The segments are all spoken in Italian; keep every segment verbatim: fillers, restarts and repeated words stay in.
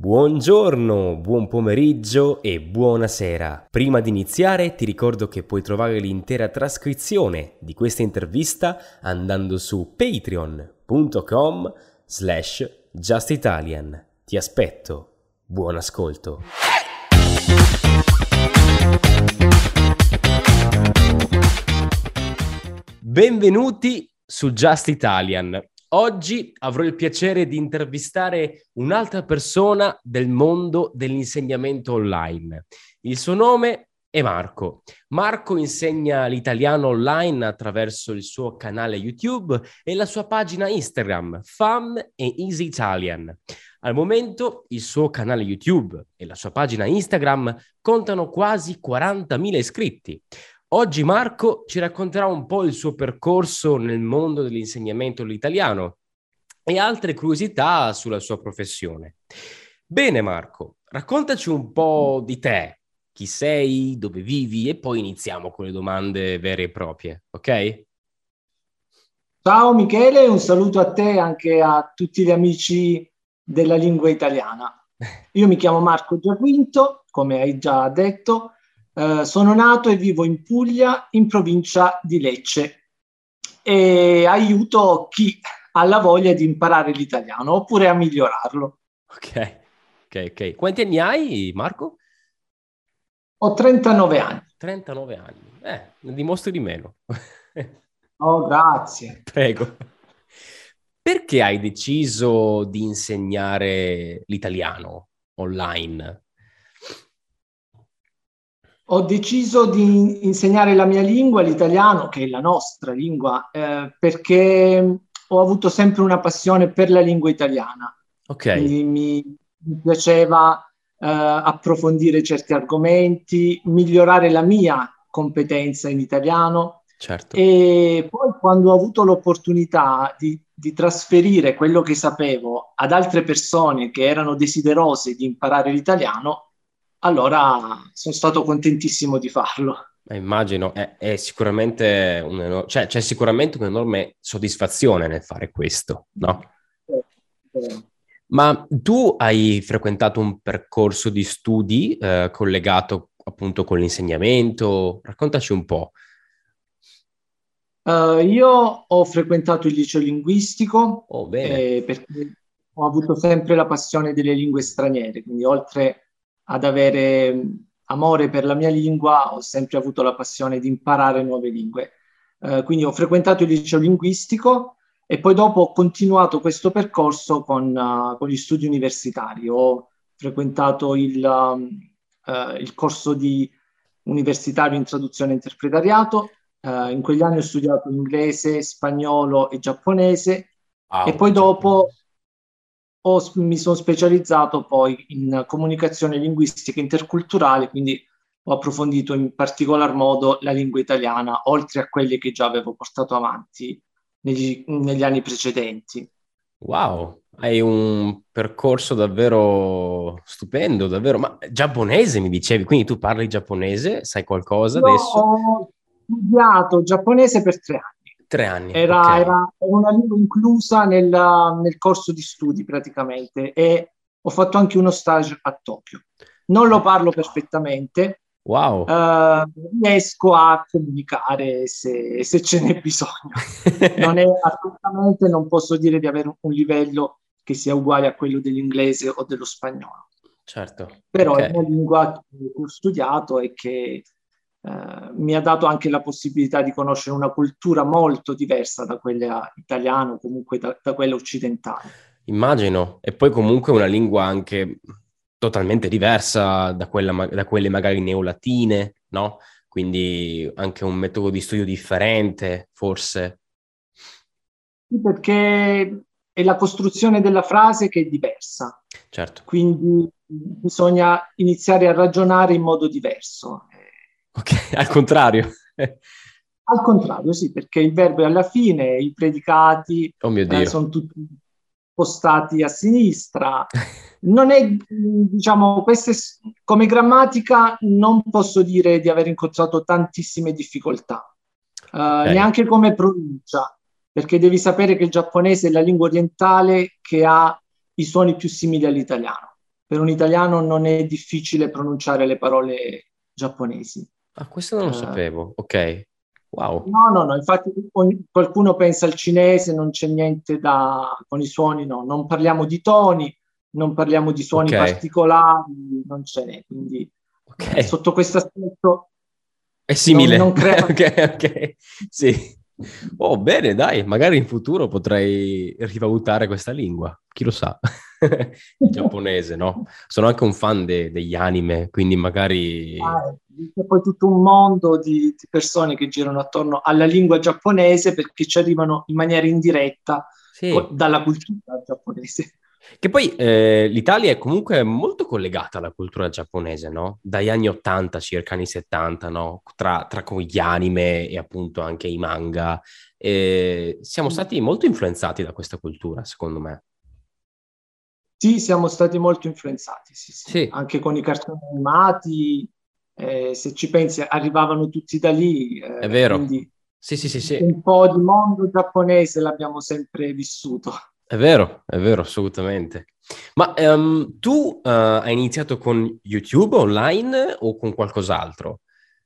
Buongiorno, buon pomeriggio e buonasera. Prima di iniziare ti ricordo che puoi trovare l'intera trascrizione di questa intervista andando su patreon.com slash justitalian. Ti aspetto. Buon ascolto. Benvenuti su Just Italian. Oggi avrò il piacere di intervistare un'altra persona del mondo dell'insegnamento online. Il suo nome è Marco. Marco insegna l'italiano online attraverso il suo canale YouTube e la sua pagina Instagram, Fun e Easy Italian. Al momento il suo canale YouTube e la sua pagina Instagram contano quasi quarantamila iscritti. Oggi Marco ci racconterà un po' il suo percorso nel mondo dell'insegnamento dell'italiano e altre curiosità sulla sua professione. Bene Marco, raccontaci un po' di te, chi sei, dove vivi e poi iniziamo con le domande vere e proprie, ok? Ciao Michele, un saluto a te e anche a tutti gli amici della lingua italiana. Io mi chiamo Marco Giaquinto, come hai già detto. Uh, sono nato e vivo in Puglia, in provincia di Lecce, e aiuto chi ha la voglia di imparare l'italiano oppure a migliorarlo. Ok, ok, ok. Quanti anni hai, Marco? Ho trentanove anni. trentanove anni. Eh, ne dimostri di meno. Oh, grazie. Prego. Perché hai deciso di insegnare l'italiano online? Ho deciso di insegnare la mia lingua, l'italiano, che è la nostra lingua, eh, perché ho avuto sempre una passione per la lingua italiana. Ok. Quindi mi, mi piaceva eh, approfondire certi argomenti, migliorare la mia competenza in italiano. Certo. E poi quando ho avuto l'opportunità di, di trasferire quello che sapevo ad altre persone che erano desiderose di imparare l'italiano, allora sono stato contentissimo di farlo. Eh, immagino, è, è sicuramente un eno- cioè, c'è sicuramente un'enorme soddisfazione nel fare questo, no? Ma tu hai frequentato un percorso di studi eh, collegato appunto con l'insegnamento? Raccontaci un po'. Uh, io ho frequentato il liceo linguistico Oh, bene. eh, perché ho avuto sempre la passione delle lingue straniere, quindi oltre ad avere mh, amore per la mia lingua, ho sempre avuto la passione di imparare nuove lingue. Uh, quindi ho frequentato il liceo linguistico e poi dopo ho continuato questo percorso con, uh, con gli studi universitari. Ho frequentato il, um, uh, il corso di universitario in traduzione e interpretariato. Uh, in quegli anni ho studiato inglese, spagnolo e giapponese e Wow, poi dopo giapponese. ho- mi sono specializzato poi in comunicazione linguistica interculturale, quindi ho approfondito in particolar modo la lingua italiana, oltre a quelle che già avevo portato avanti negli, negli anni precedenti. Wow, hai un percorso davvero stupendo, davvero. Ma giapponese mi dicevi, quindi tu parli giapponese? Sai qualcosa Io adesso? ho studiato giapponese per tre anni. Tre anni, ok. Era, era una lingua inclusa nel, nel corso di studi praticamente e ho fatto anche uno stage a Tokyo. Non lo parlo perfettamente, Wow. eh, riesco a comunicare se, se ce n'è bisogno. Non è assolutamente, non posso dire di avere un livello che sia uguale a quello dell'inglese o dello spagnolo, Certo, però è ok. una lingua che ho studiato e che eh, mi ha dato anche la possibilità di conoscere una cultura molto diversa da quella italiana o comunque da, da quella occidentale. Immagino. E poi comunque una lingua anche totalmente diversa da quella ma- da quelle magari neolatine, no? Quindi anche un metodo di studio differente, forse. Sì, perché è la costruzione della frase che è diversa, Certo. quindi bisogna iniziare a ragionare in modo diverso. Ok, al contrario. Al contrario, sì, perché il verbo è alla fine, i predicati Oh mio eh, Dio. sono tutti spostati a sinistra. Non è, mh, diciamo, queste, s- come grammatica non posso dire di aver incontrato tantissime difficoltà, Eh, Ok, neanche come pronuncia, perché devi sapere che il giapponese è la lingua orientale che ha i suoni più simili all'italiano. per un italiano non è difficile pronunciare le parole giapponesi. Ah, questo non lo Uh, sapevo. Ok. Wow. no, no, no, infatti ogni, qualcuno pensa al cinese, non c'è niente da... con i suoni, no, non parliamo di toni, non parliamo di Ok. suoni particolari, non ce n'è, quindi Ok. eh, sotto questo aspetto È non, simile. non crea... Ok, ok. Sì. Oh, bene, dai, magari in futuro potrei rivalutare questa lingua. Chi lo sa? Il giapponese, no? Sono anche un fan de- degli anime, quindi magari... Ah, c'è poi tutto un mondo di, di persone che girano attorno alla lingua giapponese perché ci arrivano in maniera indiretta co- Sì. dalla cultura giapponese. Che poi eh, l'Italia è comunque molto collegata alla cultura giapponese, no? Dagli anni ottanta, circa anni settanta, no? Tra, tra con gli anime e appunto anche i manga. E siamo stati molto influenzati da questa cultura, secondo me. Sì, siamo stati molto influenzati, sì, sì. Sì, Anche con i cartoni animati, eh, se ci pensi, arrivavano tutti da lì, è eh, vero. quindi Sì, sì, sì, sì. un po' di mondo giapponese l'abbiamo sempre vissuto. È vero, è vero, assolutamente. Ma ehm, tu eh, hai iniziato con YouTube online o con qualcos'altro?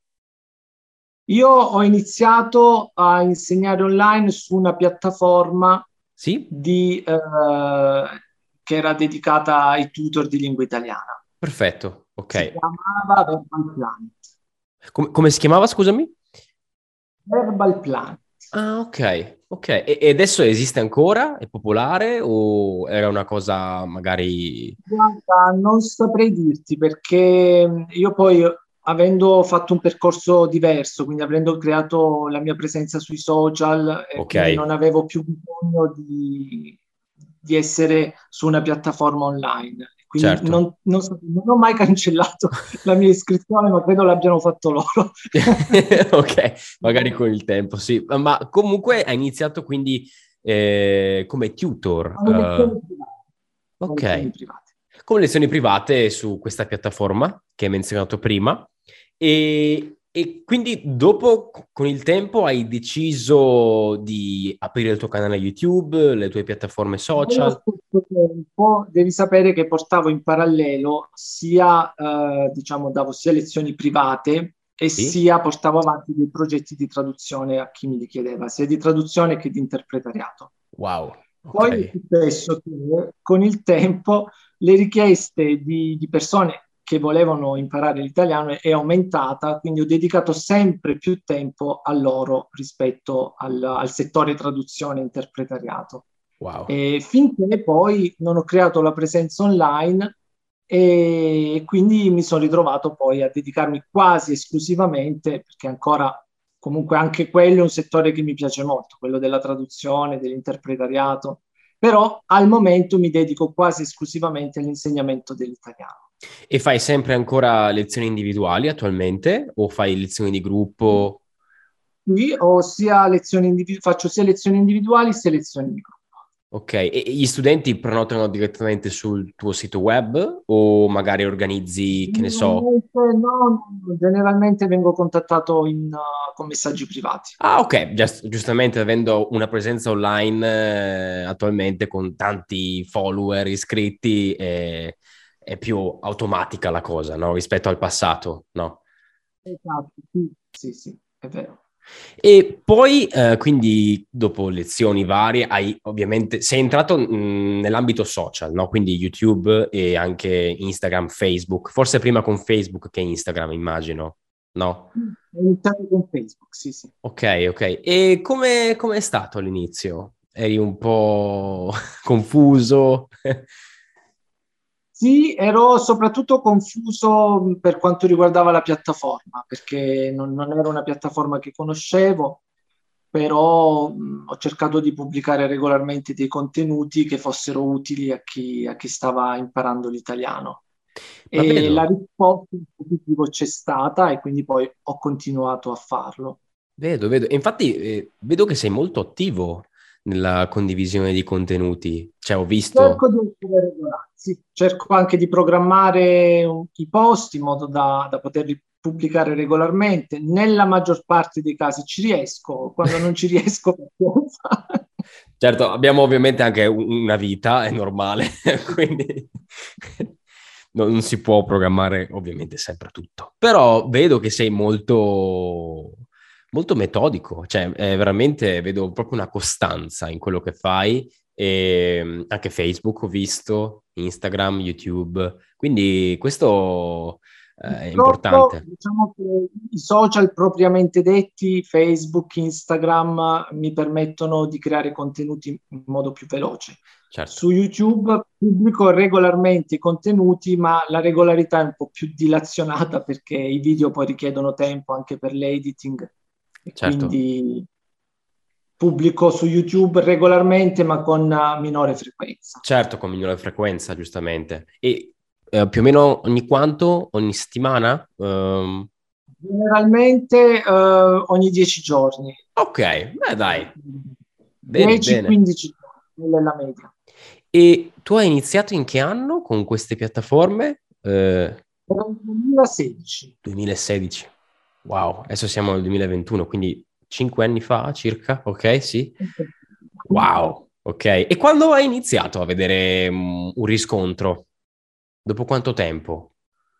Io ho iniziato a insegnare online su una piattaforma Sì? di, eh, che era dedicata ai tutor di lingua italiana. Perfetto, Si ok. chiamava Verbal Planet. Come, come si chiamava, scusami? Verbal Planet. Ah, ok, ok. E, e adesso esiste ancora? È popolare o era una cosa magari... Guarda, non saprei dirti perché io poi, avendo fatto un percorso diverso, quindi avendo creato la mia presenza sui social, e Ok, quindi non avevo più bisogno di, di essere su una piattaforma online. Quindi certo. non, non so- non ho mai cancellato la mia iscrizione, ma credo l'abbiano fatto loro. Ok, magari con il tempo, sì. Ma comunque hai iniziato quindi eh, come tutor. Sono eh, lezioni private. Sono lezioni ok, private. con lezioni private su questa piattaforma che hai menzionato prima. E, e quindi dopo, con il tempo, hai deciso di aprire il tuo canale YouTube, le tue piattaforme Nello social? stesso tempo devi sapere che portavo in parallelo sia, eh, diciamo, davo sia lezioni private e Sì? sia portavo avanti dei progetti di traduzione a chi mi li chiedeva, sia di traduzione che di interpretariato. Wow, Poi è ok. successo che con il tempo le richieste di, di persone che volevano imparare l'italiano è aumentata, quindi ho dedicato sempre più tempo a loro rispetto al, al settore traduzione e interpretariato. Wow. E finché poi non ho creato la presenza online e quindi mi sono ritrovato poi a dedicarmi quasi esclusivamente, perché ancora comunque anche quello è un settore che mi piace molto, quello della traduzione, dell'interpretariato, però al momento mi dedico quasi esclusivamente all'insegnamento dell'italiano. E fai sempre ancora lezioni individuali attualmente o fai lezioni di gruppo? Qui ho sia lezioni individu- faccio sia lezioni individuali sia lezioni di gruppo. Ok, e e gli studenti prenotano direttamente sul tuo sito web o magari organizzi, che ne so... Generalmente, no, no, generalmente vengo contattato in, uh, con messaggi privati. Ah, ok, giust- giustamente avendo una presenza online eh, attualmente con tanti follower iscritti è, è più automatica la cosa, no? Rispetto al passato, no? Esatto, sì, sì, sì, è vero. E poi, eh, quindi, dopo lezioni varie, hai ovviamente, sei entrato mh, nell'ambito social, no? Quindi YouTube e anche Instagram, Facebook, forse prima con Facebook che Instagram, immagino, no? Ho iniziato con Facebook, sì, sì. Ok, ok. E come come è stato all'inizio? Eri un po' confuso? Sì, ero soprattutto confuso per quanto riguardava la piattaforma, perché non, non era una piattaforma che conoscevo, però mh, ho cercato di pubblicare regolarmente dei contenuti che fossero utili a chi, a chi stava imparando l'italiano. Ma E la vedo, risposta in positivo c'è stata e quindi poi ho continuato a farlo. vedo, vedo. E infatti, eh, vedo che sei molto attivo nella condivisione di contenuti. Cioè, ho visto... Cerco di essere regolare, sì. Cerco anche di programmare un- i post in modo da, da poterli pubblicare regolarmente. Nella maggior parte dei casi ci riesco, quando non ci riesco, pazienza. Certo, abbiamo ovviamente anche un- una vita, è normale, quindi... no- non si può programmare ovviamente sempre tutto, però vedo che sei molto, molto metodico, cioè è veramente vedo proprio una costanza in quello che fai, e mm, anche Facebook ho visto, Instagram, YouTube, quindi questo eh, è Purtroppo, importante. diciamo che i social propriamente detti, Facebook, Instagram, mi permettono di creare contenuti in modo più veloce. Certo, Su YouTube pubblico regolarmente i contenuti, ma la regolarità è un po' più dilazionata perché i video poi richiedono tempo anche per l'editing e certo, quindi pubblico su YouTube regolarmente, ma con eh, minore frequenza. certo, con minore frequenza, giustamente. E eh, più o meno ogni quanto? Ogni settimana? Ehm, Generalmente eh, ogni dieci giorni. ok, beh dai, bene, bene. dieci quindici giorni è la media. E tu hai iniziato in che anno con queste piattaforme? Eh, Era il duemilasedici. duemilasedici. Wow, adesso siamo nel duemilaventuno, quindi cinque anni fa circa, ok, sì. Wow, ok. E quando hai iniziato a vedere mm, un riscontro? Dopo quanto tempo?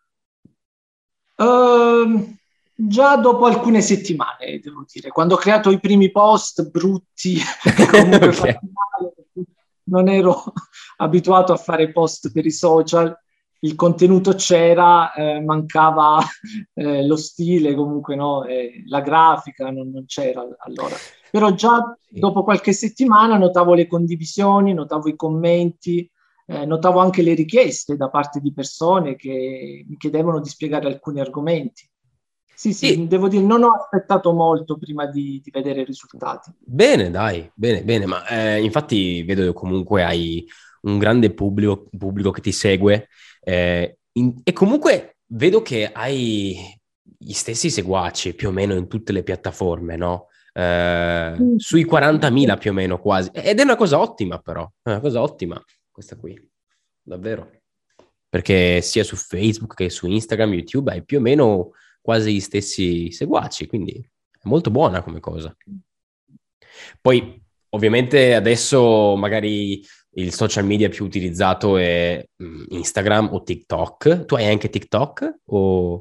Ehm, già dopo alcune settimane, devo dire, quando ho creato i primi post brutti e comunque Ok, fatti male, perché non ero abituato a fare post per i social, il contenuto c'era, eh, mancava eh, lo stile, comunque no, eh, la grafica non, non c'era allora. Però già sì. dopo qualche settimana notavo le condivisioni, notavo i commenti, eh, notavo anche le richieste da parte di persone che mi chiedevano di spiegare alcuni argomenti. Sì, sì, Sì, devo dire, non ho aspettato molto prima di, di vedere i risultati. bene, dai, bene, bene, ma eh, infatti vedo che comunque hai un grande pubblico, pubblico che ti segue eh, in- e comunque vedo che hai gli stessi seguaci più o meno in tutte le piattaforme, no? Eh, Sì, sui quarantamila più o meno quasi, ed è una cosa ottima però, è una cosa ottima questa qui, davvero, perché sia su Facebook che su Instagram, YouTube hai più o meno quasi gli stessi seguaci, quindi è molto buona come cosa. Poi, ovviamente, adesso magari il social media più utilizzato è mm, Instagram o TikTok. Tu hai anche TikTok? O...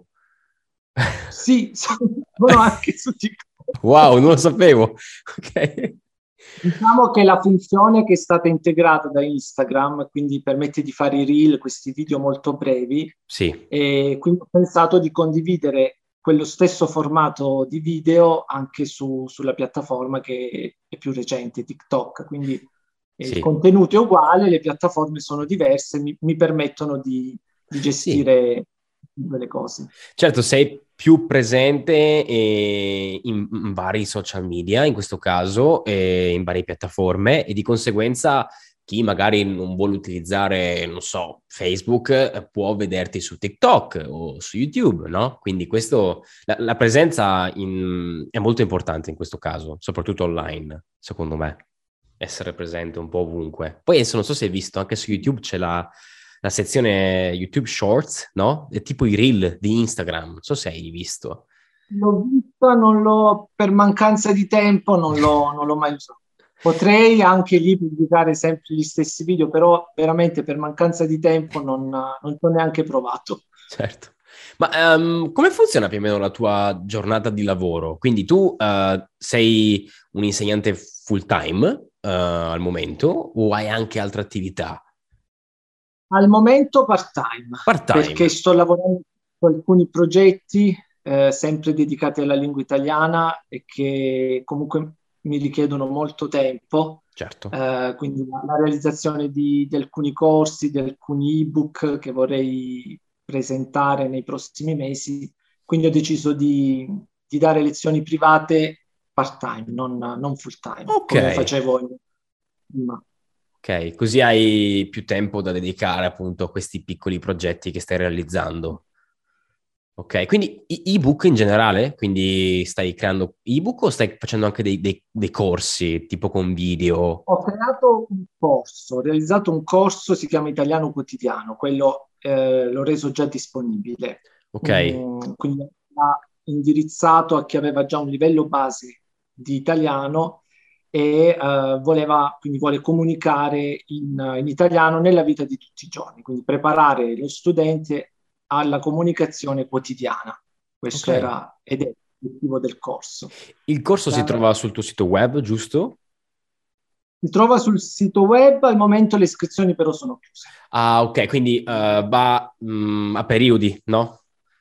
sì, sono anche su TikTok. Wow, non lo sapevo. Ok. Diciamo che la funzione che è stata integrata da Instagram, quindi permette di fare i reel, questi video molto brevi, Sì, e quindi ho pensato di condividere quello stesso formato di video anche su- sulla piattaforma che è più recente, TikTok. Quindi eh, il sì, contenuto è uguale, le piattaforme sono diverse, mi, mi permettono di, di sì. gestire due cose. Certo, sei più presente eh, in, in vari social media, in questo caso, eh, in varie piattaforme, e di conseguenza chi magari non vuole utilizzare, non so, Facebook, eh, può vederti su TikTok o su YouTube, no? Quindi questo, la, la presenza in- è molto importante in questo caso, soprattutto online, secondo me, essere presente un po' ovunque. Poi adesso non so se hai visto, anche su YouTube c'è la la sezione YouTube Shorts, no? È tipo i reel di Instagram, non so se hai visto. L'ho vista, non l'ho, per mancanza di tempo non l'ho non l'ho mai usato. Potrei anche lì pubblicare sempre gli stessi video, però veramente per mancanza di tempo non, non ci ho neanche provato. Certo. Ma ehm, come funziona più o meno la tua giornata di lavoro? Quindi tu eh, sei un insegnante full time eh, al momento o hai anche altre attività? Al momento part-time, Part perché time, sto lavorando su alcuni progetti eh, sempre dedicati alla lingua italiana e che comunque mi richiedono molto tempo. certo. Eh, quindi la, la realizzazione di, di alcuni corsi, di alcuni ebook che vorrei presentare nei prossimi mesi. Quindi ho deciso di, di dare lezioni private part-time, non, non full-time, Ok, come facevo prima. ok, così hai più tempo da dedicare appunto a questi piccoli progetti che stai realizzando. Ok, quindi e- ebook in generale? Quindi stai creando ebook o stai facendo anche dei, dei- dei corsi tipo con video? Ho creato un corso, ho realizzato un corso, si chiama Italiano Quotidiano, quello eh, l'ho reso già disponibile. Ok, Mm, quindi era indirizzato a chi aveva già un livello base di italiano e eh, voleva, quindi vuole comunicare in, in italiano nella vita di tutti i giorni, quindi preparare lo studente alla comunicazione quotidiana. Questo Ok. era ed è l'obiettivo del corso. Il corso si Eh, trova sul tuo sito web, giusto? si trova sul sito web, al momento le iscrizioni però sono chiuse. Ah, ok, quindi eh, va mm, a periodi, no?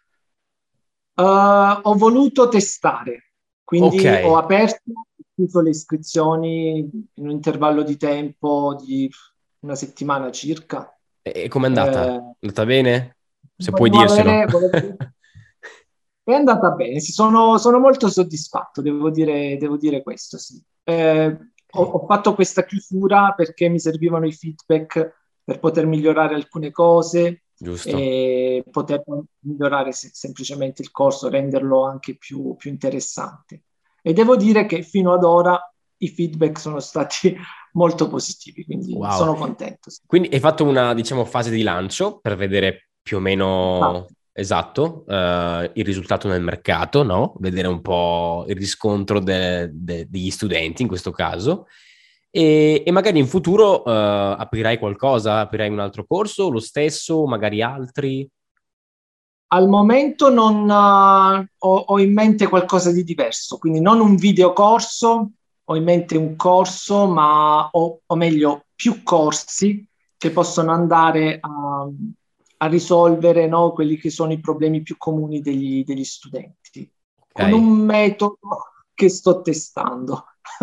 Uh, ho voluto testare, Ok. quindi ho aperto ho chiuso le iscrizioni in un intervallo di tempo di una settimana circa. E e com'è andata? È Eh, andata bene? Se puoi volevo dircelo. avere, volevo- È andata bene, sì, sono, sono molto soddisfatto, devo dire, devo dire questo, sì. Eh, ho, Ok, ho fatto questa chiusura perché mi servivano i feedback per poter migliorare alcune cose giusto. e poter migliorare se- semplicemente il corso, renderlo anche più, più interessante. E devo dire che fino ad ora i feedback sono stati molto positivi, quindi Wow. sono contento. Sì. Quindi hai fatto una, diciamo, fase di lancio per vedere più o meno esatto eh, il risultato nel mercato, no? Vedere un po' il riscontro de- de- degli studenti in questo caso. E, e magari in futuro eh, aprirai qualcosa, aprirai un altro corso, lo stesso, magari altri. Al momento non eh, ho, ho in mente qualcosa di diverso, quindi non un videocorso, ho in mente un corso, ma ho, o meglio, più corsi che possono andare a, a risolvere, no, quelli che sono i problemi più comuni degli, degli studenti, con un Ok. metodo che sto testando.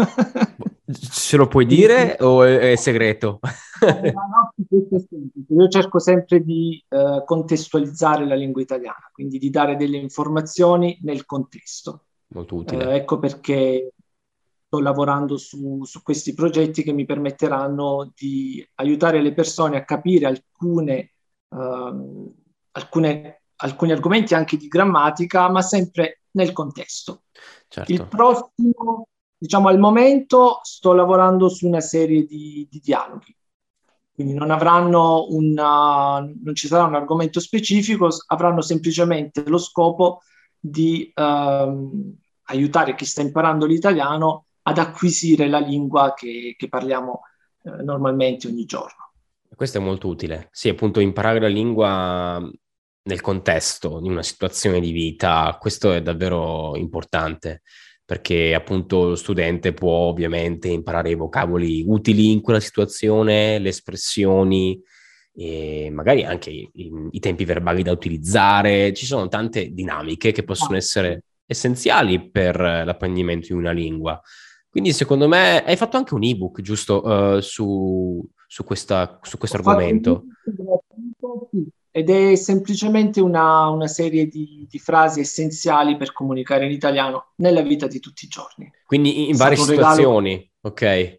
Ce lo puoi Quindi, dire o è, è segreto? no, questo è semplice. Io cerco sempre di eh, contestualizzare la lingua italiana, quindi di dare delle informazioni nel contesto. Molto Eh, utile. ecco perché sto lavorando su, su questi progetti che mi permetteranno di aiutare le persone a capire alcune, ehm, alcune- alcuni argomenti anche di grammatica, ma sempre nel contesto. Il Certo. prossimo, diciamo al momento, sto lavorando su una serie di, di dialoghi. Quindi non avranno una, non ci sarà un argomento specifico, s- avranno semplicemente lo scopo di ehm, aiutare chi sta imparando l'italiano ad acquisire la lingua che, che parliamo eh, normalmente ogni giorno. Questo è molto utile. Sì, appunto, imparare la lingua nel contesto di una situazione di vita, questo è davvero importante, perché appunto lo studente può ovviamente imparare i vocaboli utili in quella situazione, le espressioni e magari anche i, i- i tempi verbali da utilizzare. Ci sono tante dinamiche che possono essere essenziali per l'apprendimento di una lingua. Quindi secondo me hai fatto anche un ebook, giusto, eh, su, su questa- su questo Ho fatto un argomento. gratuito, sì, ed è semplicemente una, una serie di, di frasi essenziali per comunicare in italiano nella vita di tutti i giorni. È Quindi in varie stato un regalo. situazioni, ok,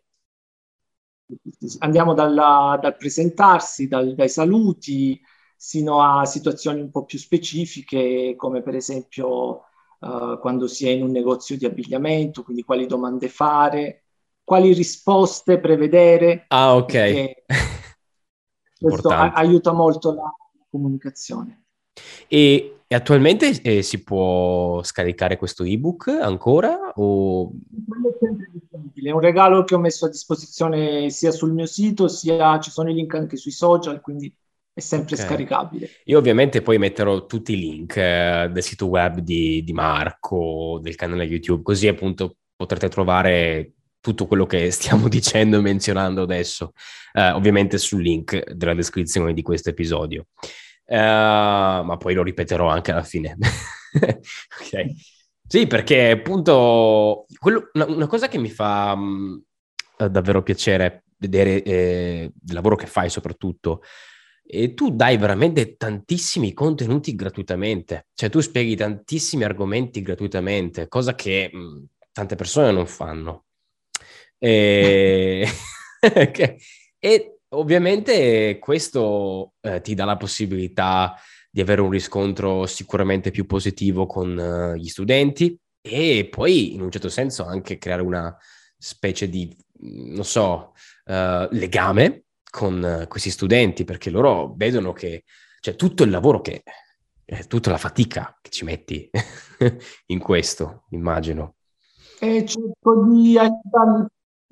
Andiamo dalla- dal presentarsi, dal- dai saluti, sino a situazioni un po' più specifiche, come per esempio eh, quando si è in un negozio di abbigliamento, quindi quali domande fare, quali risposte prevedere, ah, ok. perché questo a- Importante. aiuta molto la comunicazione. E, e attualmente eh, si può scaricare questo ebook ancora? O... Quello è sempre disponibile, è un regalo che ho messo a disposizione sia sul mio sito, sia ci sono i link anche sui social, quindi è sempre Ok. scaricabile. Io ovviamente poi metterò tutti i link eh, del sito web di, di Marco, del canale YouTube, così appunto potrete trovare tutto quello che stiamo dicendo e menzionando adesso, eh, ovviamente sul link della descrizione di questo episodio. Eh, ma poi lo ripeterò anche alla fine. Ok. Sì, perché appunto quello- una, una cosa che mi fa mh, davvero piacere vedere eh, il lavoro che fai soprattutto e tu dai veramente tantissimi contenuti gratuitamente, cioè tu spieghi tantissimi argomenti gratuitamente, cosa che mh, tante persone non fanno. E... che- e ovviamente questo eh, ti dà la possibilità di avere un riscontro sicuramente più positivo con eh, gli studenti e poi in un certo senso anche creare una specie di, non so, eh, legame con eh, questi studenti perché loro vedono che c'è tutto il lavoro che, eh, tutta la fatica che ci metti in questo, immagino. E cerco di aiutarli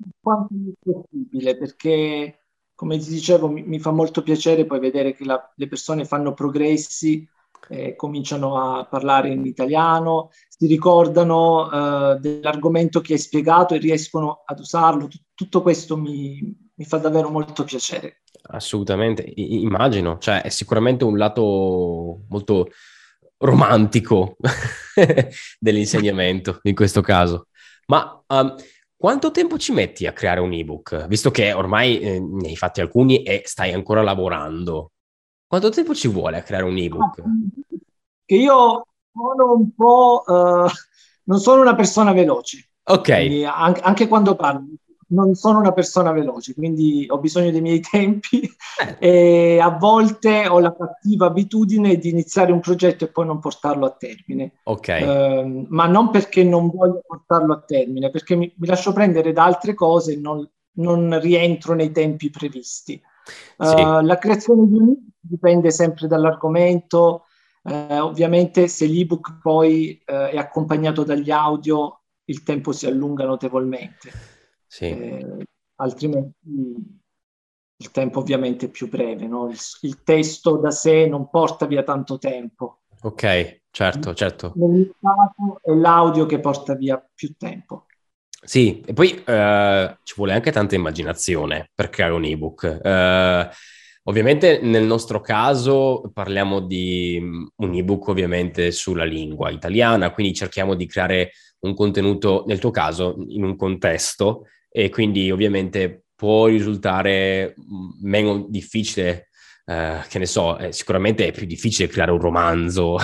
quanto più possibile, perché come ti dicevo mi, mi fa molto piacere poi vedere che la- le persone fanno progressi, eh, cominciano a parlare in italiano, si ricordano eh, dell'argomento che hai spiegato e riescono ad usarlo. Tut- tutto questo mi, mi fa davvero molto piacere. Assolutamente, I- immagino, cioè è sicuramente un lato molto romantico dell'insegnamento in questo caso. Ma um, quanto tempo ci metti a creare un ebook? Visto che ormai eh, ne hai fatti alcuni e stai ancora lavorando, quanto tempo ci vuole a creare un ebook? Che io sono un po', eh, non sono una persona veloce, Ok, quindi an- anche quando parlo non sono una persona veloce, quindi ho bisogno dei miei tempi eh, e a volte ho la cattiva abitudine di iniziare un progetto e poi non portarlo a termine. ok, Ehm, ma non perché non voglio portarlo a termine, perché mi, mi lascio prendere da altre cose e non, non rientro nei tempi previsti. sì, Eh, la creazione di un ebook dipende sempre dall'argomento. Eh, ovviamente se l'ebook poi eh, è accompagnato dagli audio, il tempo si allunga notevolmente. sì. Eh, altrimenti il tempo ovviamente è più breve, no? Il, il testo da sé non porta via tanto tempo. Ok, certo, certo. Nel mio caso è l'audio che porta via più tempo. Sì, e poi eh, ci vuole anche tanta immaginazione per creare un ebook. Eh, ovviamente nel nostro caso parliamo di mm, un ebook ovviamente sulla lingua italiana, quindi cerchiamo di creare un contenuto, nel tuo caso, in un contesto e quindi ovviamente può risultare mm, meno difficile, eh, che ne so, eh, sicuramente è più difficile creare un romanzo,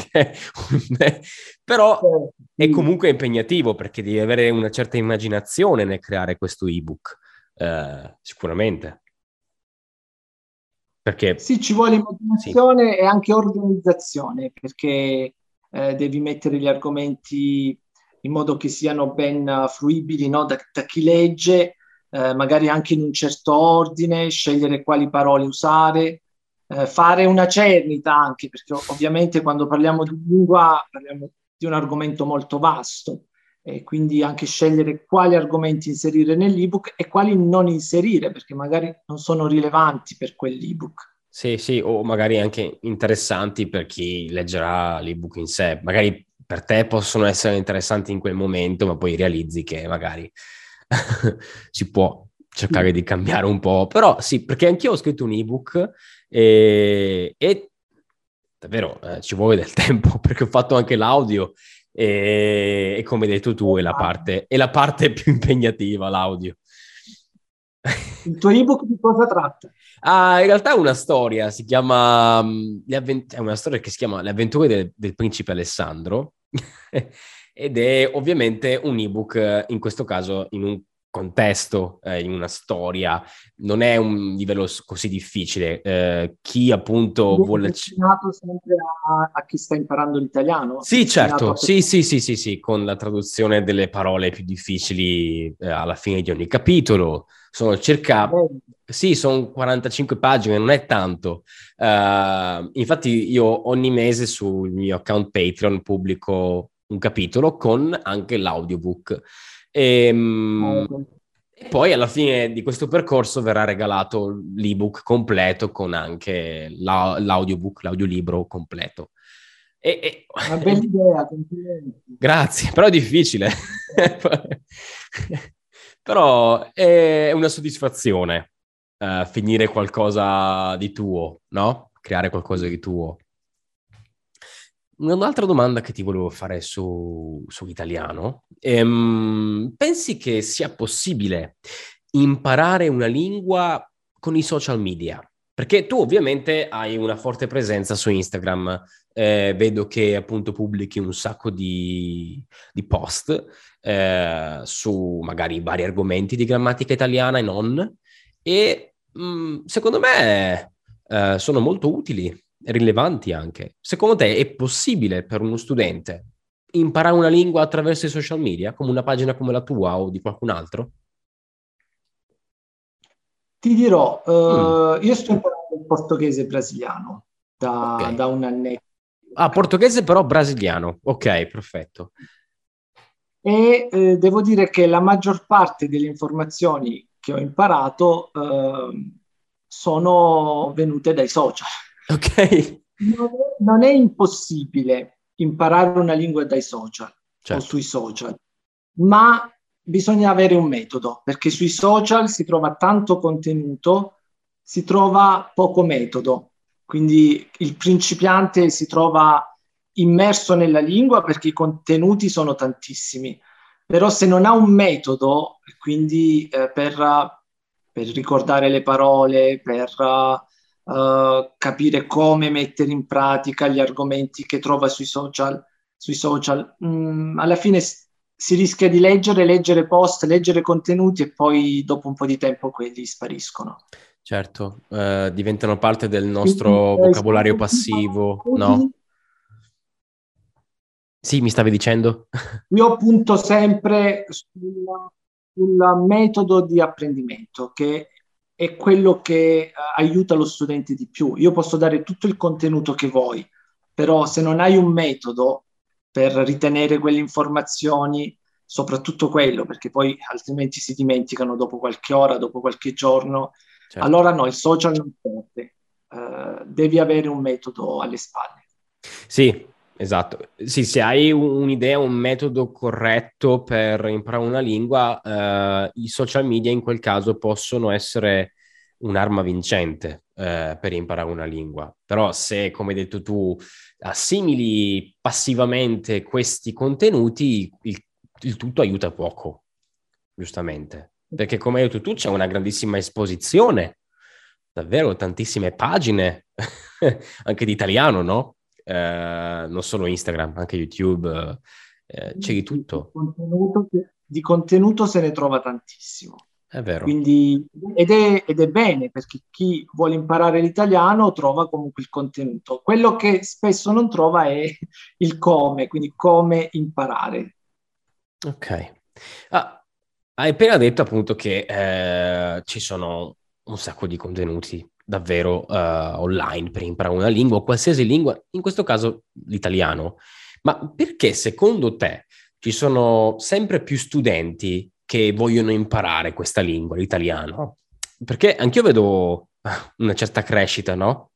ok? Però Eh, è sì. comunque impegnativo perché devi avere una certa immaginazione nel creare questo ebook, eh, sicuramente. Perché Sì, ci vuole sì, immaginazione e anche organizzazione, perché eh, devi mettere gli argomenti in modo che siano ben eh, fruibili, no? Da, da chi legge, eh, magari anche in un certo ordine, scegliere quali parole usare, eh, fare una cernita anche, perché ov- ovviamente quando parliamo di lingua parliamo di un argomento molto vasto, e quindi anche scegliere quali argomenti inserire nell'ebook e quali non inserire, perché magari non sono rilevanti per quell'ebook. sì, sì, o magari anche interessanti per chi leggerà l'ebook in sé. Magari per te possono essere interessanti in quel momento, ma poi realizzi che magari si può cercare di cambiare un po'. Però sì, perché anch'io ho scritto un ebook e, e davvero eh, ci vuole del tempo perché ho fatto anche l'audio e, e come hai detto tu è la parte, è la parte più impegnativa, l'audio. Il tuo ebook di cosa tratta? Ah, in realtà è una storia, si chiama, mh, Le Avvent- è una storia che si chiama Le avventure del, del principe Alessandro ed è ovviamente un ebook, eh, in questo caso in un contesto, eh, in una storia, non è un livello s- così difficile. Eh, chi appunto Quindi è vuole... destinato sempre a, a chi sta imparando l'italiano, è Sì, destinato certo, a sì, persone. sì, sì, sì, sì, con la traduzione delle parole più difficili eh, alla fine di ogni capitolo. Sono circa, Bene. sì, sono quarantacinque pagine, non è tanto. Eh, infatti io ogni mese sul mio account Patreon pubblico un capitolo con anche l'audiobook. E, mm, e poi alla fine di questo percorso verrà regalato l'ebook completo con anche la- l'audiobook, l'audiolibro completo. E, e- Una bella idea, complimenti. Grazie, però è difficile. Però è una soddisfazione eh, finire qualcosa di tuo, no? Creare qualcosa di tuo. Un'altra domanda che ti volevo fare su, sull'italiano. Ehm, pensi che sia possibile imparare una lingua con i social media? Perché tu ovviamente hai una forte presenza su Instagram, eh, vedo che appunto pubblichi un sacco di, di post eh, su magari vari argomenti di grammatica italiana e non, e mh, secondo me eh, sono molto utili rilevanti anche. Secondo te è possibile per uno studente imparare una lingua attraverso i social media, come una pagina come la tua o di qualcun altro? Ti dirò, Mm, eh, io sto imparando il portoghese brasiliano ok. da, da un annetto Ah, circa. portoghese però brasiliano. Ok, perfetto. e eh, devo dire che la maggior parte delle informazioni che ho imparato eh, sono venute dai social. Ok, Non è, non è impossibile imparare una lingua dai social o certo, sui social, ma bisogna avere un metodo, perché sui social si trova tanto contenuto, si trova poco metodo. Quindi il principiante si trova immerso nella lingua perché i contenuti sono tantissimi, però se non ha un metodo, quindi eh, per, per ricordare le parole, per eh, capire come mettere in pratica gli argomenti che trova sui social, sui social, mh, alla fine s- si rischia di leggere, leggere post, leggere contenuti e poi dopo un po' di tempo quelli spariscono. certo. Eh, diventano parte del Quindi nostro eh, vocabolario siamo passivo, utili. no? Sì, mi stavi dicendo? Io punto sempre sul, sul metodo di apprendimento, che è quello che eh, aiuta lo studente di più. Io posso dare tutto il contenuto che vuoi, però se non hai un metodo per ritenere quelle informazioni, soprattutto quello, perché poi altrimenti si dimenticano dopo qualche ora, dopo qualche giorno, Certo. allora no, il social non serve. Eh, devi avere un metodo alle spalle. Sì, esatto. Sì, se hai un- un'idea, un metodo corretto per imparare una lingua, eh, i social media in quel caso possono essere un'arma vincente, eh, per imparare una lingua. Però se, come hai detto tu, assimili passivamente questi contenuti, il, il tutto aiuta poco, giustamente. Perché, come hai detto tu, c'è una grandissima esposizione, davvero tantissime pagine, anche di italiano, no? Eh, non solo Instagram, anche YouTube, eh, c'è di Di tutto, contenuto, di contenuto se ne trova tantissimo. è vero. Quindi, ed è, ed è bene perché chi vuole imparare l'italiano trova comunque il contenuto. Quello che spesso non trova è il come, quindi come imparare. Ok. Ah, hai appena detto appunto che eh, ci sono un sacco di contenuti davvero eh, online per imparare una lingua, qualsiasi lingua, in questo caso l'italiano. Ma perché secondo te ci sono sempre più studenti che vogliono imparare questa lingua, l'italiano? Perché anch'io vedo ah, una certa crescita, no?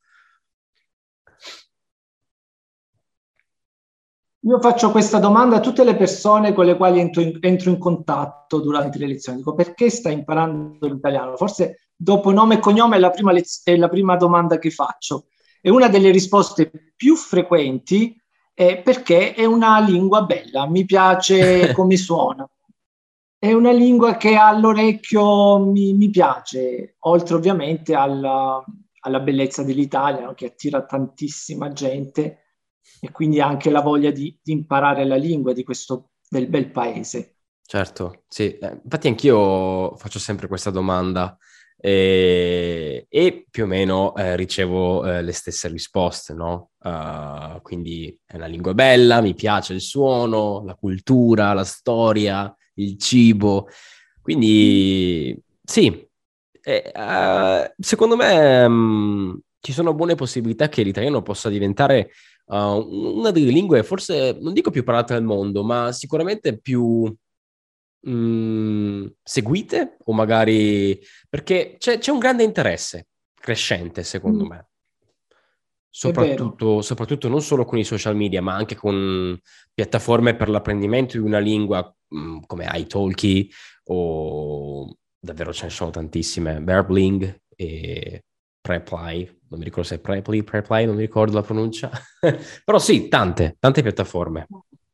Io faccio questa domanda a tutte le persone con le quali entro in, entro in contatto durante le lezioni. Dico, perché stai imparando l'italiano? Forse dopo nome e cognome è la prima, lez- è la prima domanda che faccio. E una delle risposte più frequenti è perché è una lingua bella, mi piace come suona. È una lingua che all'orecchio mi, mi piace, oltre ovviamente alla, alla bellezza dell'Italia, no? Che attira tantissima gente e quindi anche la voglia di, di imparare la lingua di questo del bel paese. Certo, sì. Eh, infatti anch'io faccio sempre questa domanda e, e più o meno eh, ricevo eh, le stesse risposte, no? Uh, quindi è una lingua bella, mi piace il suono, la cultura, la storia, il cibo. Quindi sì, eh, eh, secondo me mh, ci sono buone possibilità che l'italiano possa diventare uh, una delle lingue, forse non dico più parlate al mondo, ma sicuramente più mh, seguite o magari perché c'è, c'è un grande interesse crescente, secondo Mm, me, è vero. soprattutto, soprattutto non solo con i social media, ma anche con piattaforme per l'apprendimento di una lingua mh, come italki o davvero ce ne sono tantissime, Verbling e Preply, non mi ricordo se è Preply, Preply, non mi ricordo la pronuncia, però sì, tante, tante piattaforme.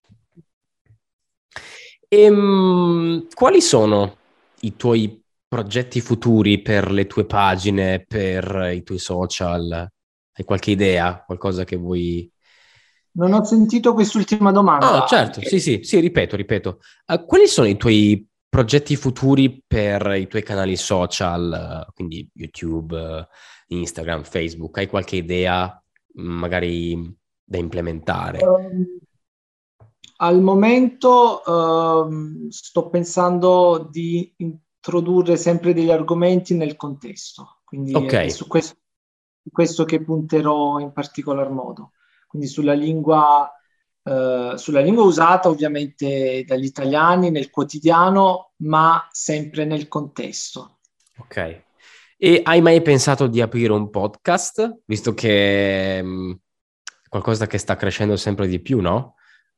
Ehm, quali sono i tuoi progetti futuri per le tue pagine, per i tuoi social? Hai qualche idea? Qualcosa che vuoi... Non ho sentito quest'ultima Ah, domanda, certo, sì, Michele. sì, sì, ripeto, ripeto. Eh, quali sono i tuoi progetti futuri per i tuoi canali social, eh, quindi YouTube, eh, Instagram, Facebook? Hai qualche idea, mm, magari da implementare? Um, Al momento ehm, sto pensando di introdurre sempre degli argomenti nel contesto, quindi Ok, è su questo, su questo che punterò in particolar modo, quindi sulla lingua, eh, sulla lingua usata ovviamente dagli italiani nel quotidiano, ma sempre nel contesto. Ok. E hai mai pensato di aprire un podcast? Visto che mh, è qualcosa che sta crescendo sempre di più, no?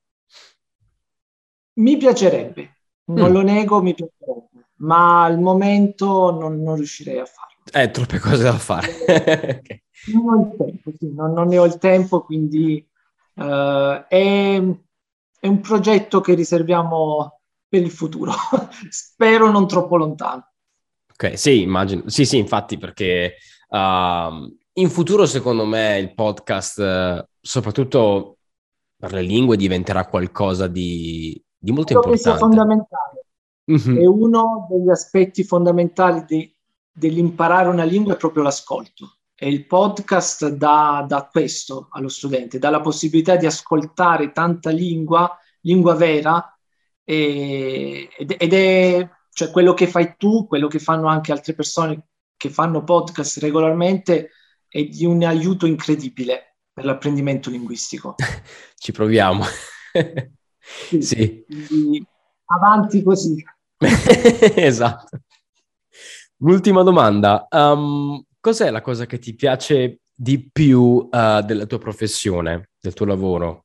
Mi piacerebbe, non Mm. lo nego, mi piacerebbe, ma al momento non, non riuscirei a farlo. Eh, troppe cose da fare. Ok. Non ho il tempo, sì, non, non ne ho il tempo, quindi eh, è, è un progetto che riserviamo per il futuro. Spero non troppo lontano. Ok, sì, immagino. Sì, sì, infatti, perché uh, in futuro, secondo me, il podcast, uh, soprattutto per le lingue, diventerà qualcosa di, di molto Credo che sia importante. fondamentale. È Mhm. uno degli aspetti fondamentali di- dell'imparare una lingua è proprio l'ascolto. E il podcast dà, dà questo allo studente, dà la possibilità di ascoltare tanta lingua, lingua vera, e- ed, ed è cioè quello che fai tu, quello che fanno anche altre persone che fanno podcast regolarmente, è di un aiuto incredibile per l'apprendimento linguistico. Ci proviamo. Sì, Sì. quindi avanti così. Esatto. Ultima domanda. Um, cos'è la cosa che ti piace di più uh, della tua professione, del tuo lavoro?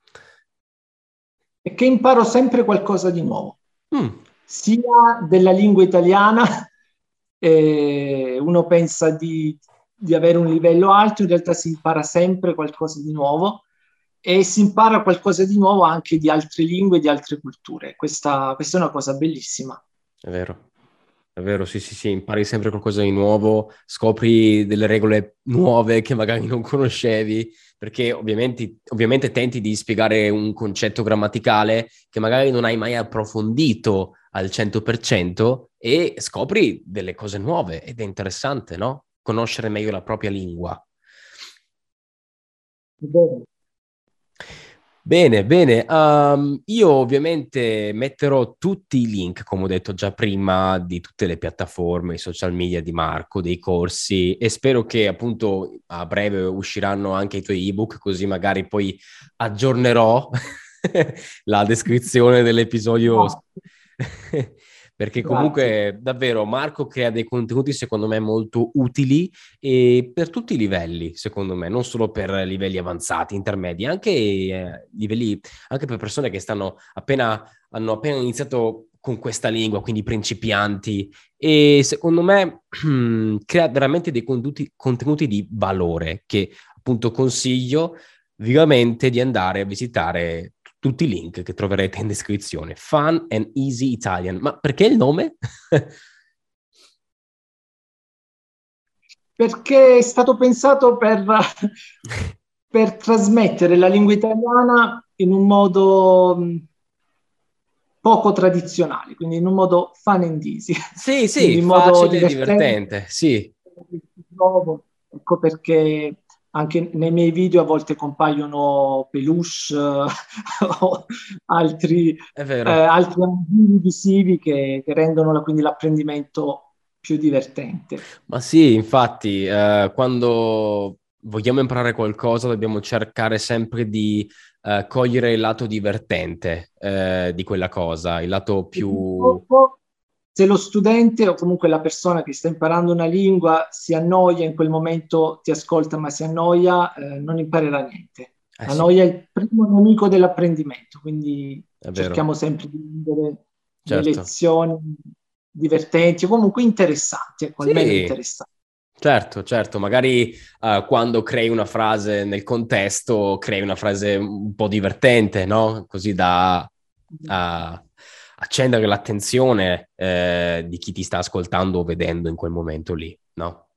E che imparo sempre qualcosa di nuovo, Mm, sia della lingua italiana, eh, uno pensa di, di avere un livello alto, in realtà si impara sempre qualcosa di nuovo e si impara qualcosa di nuovo anche di altre lingue, di altre culture. Questa, questa è una cosa bellissima. è vero. È vero, sì, sì, sì, impari sempre qualcosa di nuovo, scopri delle regole nuove che magari non conoscevi, perché ovviamente, ovviamente tenti di spiegare un concetto grammaticale che magari non hai mai approfondito al cento per cento e scopri delle cose nuove ed è interessante, no? Conoscere meglio la propria lingua. È vero. Bene, bene. Um, io ovviamente metterò tutti i link, come ho detto già prima, di tutte le piattaforme, i social media di Marco, dei corsi e spero che appunto a breve usciranno anche i tuoi ebook, così magari poi aggiornerò la descrizione dell'episodio. Grazie. Perché Grazie. comunque davvero Marco crea dei contenuti secondo me molto utili e per tutti i livelli, secondo me, non solo per livelli avanzati, intermedi, anche eh, livelli, anche per persone che stanno appena, hanno appena iniziato con questa lingua, quindi principianti, e secondo me crea veramente dei contenuti, contenuti di valore che appunto consiglio vivamente di andare a visitare tutti i link che troverete in descrizione. Fun and Easy Italian. Ma perché il nome? Perché è stato pensato per, per trasmettere la lingua italiana in un modo mh, poco tradizionale, quindi in un modo fun and easy, Sì, sì, quindi in modo facile e divertente. divertente, sì. Ecco perché anche nei miei video a volte compaiono peluche o altri, È eh, vero. altri ambigui visivi che, che rendono la- quindi l'apprendimento più divertente. Ma sì, infatti, eh, quando vogliamo imparare qualcosa dobbiamo cercare sempre di eh, cogliere il lato divertente eh, di quella cosa, il lato E più... purtroppo, se lo studente o comunque la persona che sta imparando una lingua si annoia in quel momento, ti ascolta ma si annoia, eh, non imparerà niente. Eh La sì, noia è il primo nemico dell'apprendimento, quindi è vero, cerchiamo sempre di rendere le certo. lezioni divertenti o comunque interessanti, ecco, almeno Sì, interessanti. certo, certo, magari eh, quando crei una frase nel contesto, crei una frase un po' divertente, no? Così da a- accendere l'attenzione eh, di chi ti sta ascoltando o vedendo in quel momento lì, no?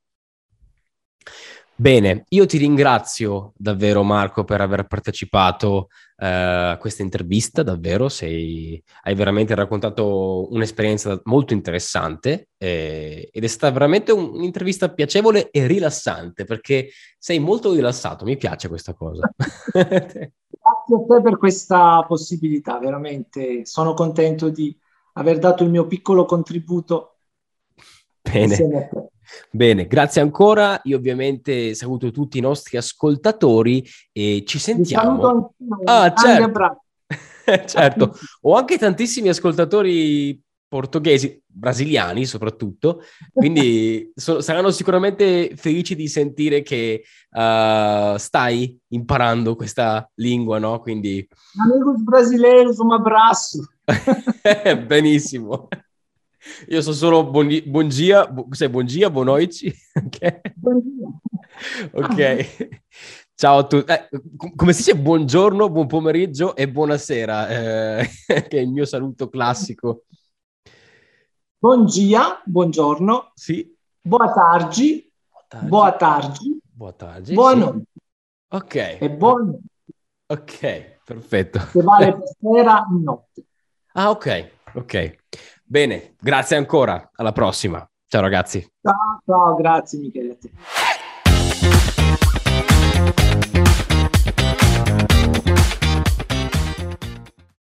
Bene, io ti ringrazio davvero Marco per aver partecipato eh, a questa intervista, davvero, sei, hai veramente raccontato un'esperienza molto interessante eh, ed è stata veramente un- un'intervista piacevole e rilassante perché sei molto rilassato, mi piace questa cosa. Grazie a te per questa possibilità, veramente sono contento di aver dato il mio piccolo contributo Bene, insieme a te. Bene, grazie ancora. Io ovviamente saluto tutti i nostri ascoltatori e ci sentiamo. saluto anch'io, un Ah, grande certo, abbraccio. certo. Ho anche tantissimi ascoltatori portoghesi, brasiliani soprattutto, quindi so- saranno sicuramente felici di sentire che uh, stai imparando questa lingua, no? Quindi Amigos brasileiros, un abraço. benissimo. Io so solo buon, buon dia, bu- cos'è buon dia, buonoici? Ok. Buongiorno. Ok. Ciao a tutti. Eh, com- come si dice buongiorno, buon pomeriggio e buonasera, eh, che è il mio saluto classico. Buon dia, buongiorno, Sì. boa tarde, Buon tardi. boa tarde, Buon tardi, boa sì. notte Ok. e buon Ok, perfetto. che vale per sera e notte. Ah, ok, ok. Bene, grazie ancora. Alla prossima. Ciao ragazzi. Ciao, ciao, grazie Michele. A te.